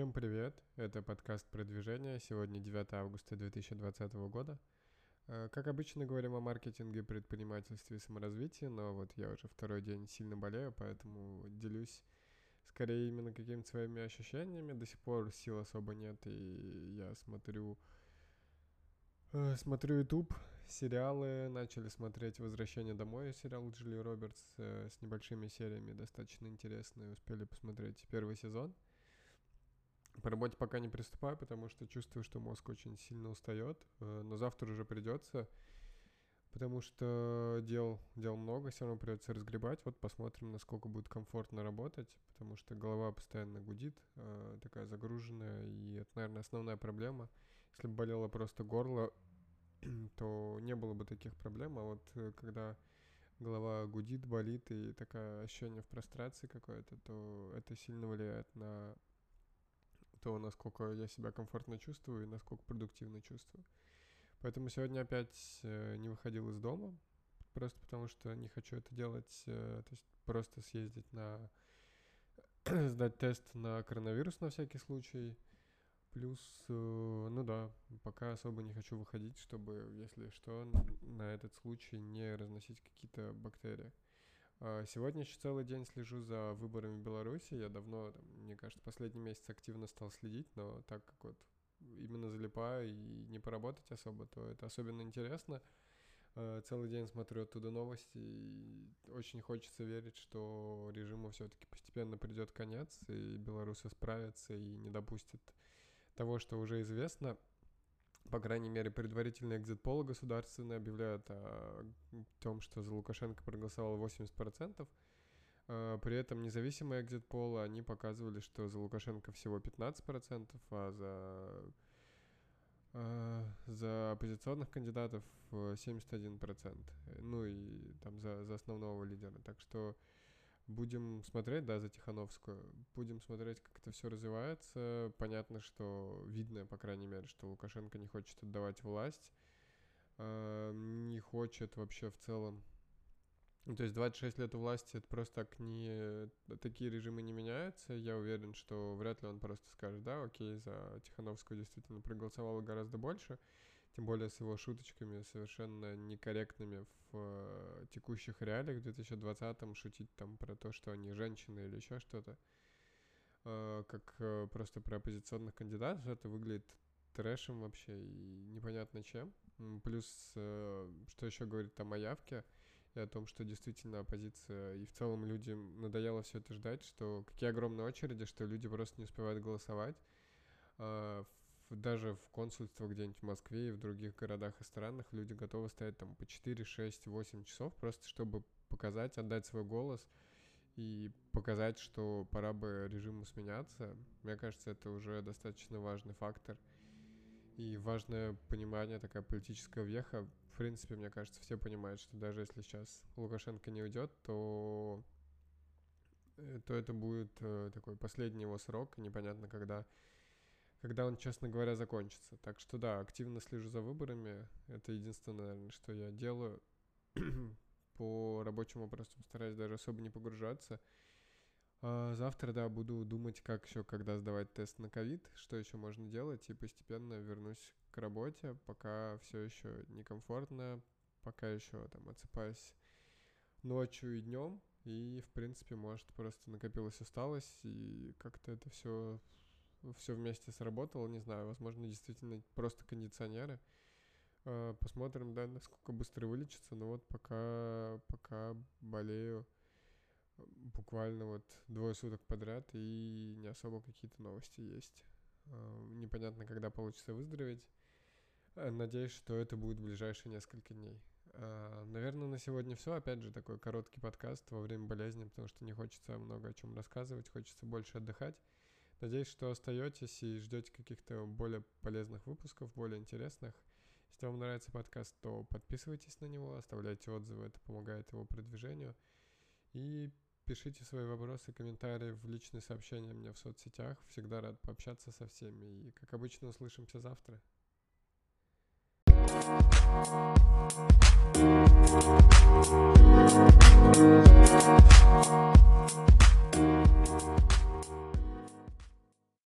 Всем привет! Это подкаст «Продвижение». Сегодня 9 августа 2020 года. Как обычно, говорим о маркетинге, предпринимательстве и саморазвитии, но вот я уже второй день сильно болею, поэтому делюсь скорее именно какими-то своими ощущениями. До сих пор сил особо нет, и я смотрю YouTube, сериалы, начали смотреть «Возвращение домой», сериал Джулии Робертс с небольшими сериями, достаточно интересные, успели посмотреть первый сезон. По работе пока не приступаю, потому что чувствую, что мозг очень сильно устает, но завтра уже придется, потому что дел много, все равно придется разгребать. Вот посмотрим, насколько будет комфортно работать, потому что голова постоянно гудит, такая загруженная, и это, наверное, основная проблема. Если бы болело просто горло, то не было бы таких проблем, а вот когда голова гудит, болит и такое ощущение в прострации какое-то, то это сильно влияет на то, насколько я себя комфортно чувствую и насколько продуктивно чувствую. Поэтому сегодня опять не выходил из дома, просто потому что не хочу это делать, то есть просто съездить сдать тест на коронавирус на всякий случай. Плюс, ну да, пока особо не хочу выходить, чтобы, если что, на этот случай не разносить какие-то бактерии. Сегодня еще целый день слежу за выборами в Беларуси. Я давно, мне кажется, последний месяц активно стал следить, но так как вот именно залипаю и не поработать особо, то это особенно интересно. Целый день смотрю оттуда новости, и очень хочется верить, что режиму все-таки постепенно придет конец, и белорусы справятся и не допустят того, что уже известно. По крайней мере, предварительные экзит-полы государственные объявляют о том, что за Лукашенко проголосовало 80%. При этом независимые экзит-полы, они показывали, что за Лукашенко всего 15%, за оппозиционных кандидатов 71%. Ну и там за основного лидера. Так что будем смотреть, да, за Тихановскую. Будем смотреть, как это все развивается. Понятно, что видно, по крайней мере, что Лукашенко не хочет отдавать власть. Не хочет вообще в целом. Ну, то есть 26 лет у власти, это просто так не... Такие режимы не меняются. Я уверен, что вряд ли он просто скажет, да, окей, за Тихановскую действительно проголосовало гораздо больше. Тем более с его шуточками совершенно некорректными в текущих реалиях в 2020-м шутить там про то, что они женщины или еще что-то. Как просто про оппозиционных кандидатов, это выглядит трэшем вообще и непонятно чем. Плюс, что еще говорит там о явке и о том, что действительно оппозиция и в целом людям надоело все это ждать, что какие огромные очереди, что люди просто не успевают голосовать. Даже в консульствах где-нибудь в Москве и в других городах и странах люди готовы стоять там по 4, 6, 8 часов просто чтобы показать, отдать свой голос и показать, что пора бы режиму сменяться. Мне кажется, это уже достаточно важный фактор и важное понимание, такая политическая веха. В принципе, мне кажется, все понимают, что даже если сейчас Лукашенко не уйдет, то это будет такой последний его срок, и непонятно, когда он, честно говоря, закончится. Так что да, активно слежу за выборами. Это единственное, наверное, что я делаю. По рабочим вопросам стараюсь даже особо не погружаться. Завтра, да, буду думать, как еще, когда сдавать тест на ковид, что еще можно делать, и постепенно вернусь к работе, пока все еще некомфортно, пока еще там отсыпаюсь ночью и днем, и, в принципе, может, просто накопилась усталость, и как-то это все вместе сработало, не знаю, возможно, действительно просто кондиционеры. Посмотрим, да, насколько быстро вылечится, но вот пока болею буквально вот 2 суток подряд, и не особо какие-то новости есть. Непонятно, когда получится выздороветь. Надеюсь, что это будет в ближайшие несколько дней. Наверное, на сегодня все. Опять же, такой короткий подкаст во время болезни, потому что не хочется много о чем рассказывать, хочется больше отдыхать. Надеюсь, что остаетесь и ждете каких-то более полезных выпусков, более интересных. Если вам нравится подкаст, то подписывайтесь на него, оставляйте отзывы, это помогает его продвижению. И пишите свои вопросы, комментарии в личные сообщения мне в соцсетях. Всегда рад пообщаться со всеми. И, как обычно, услышимся завтра.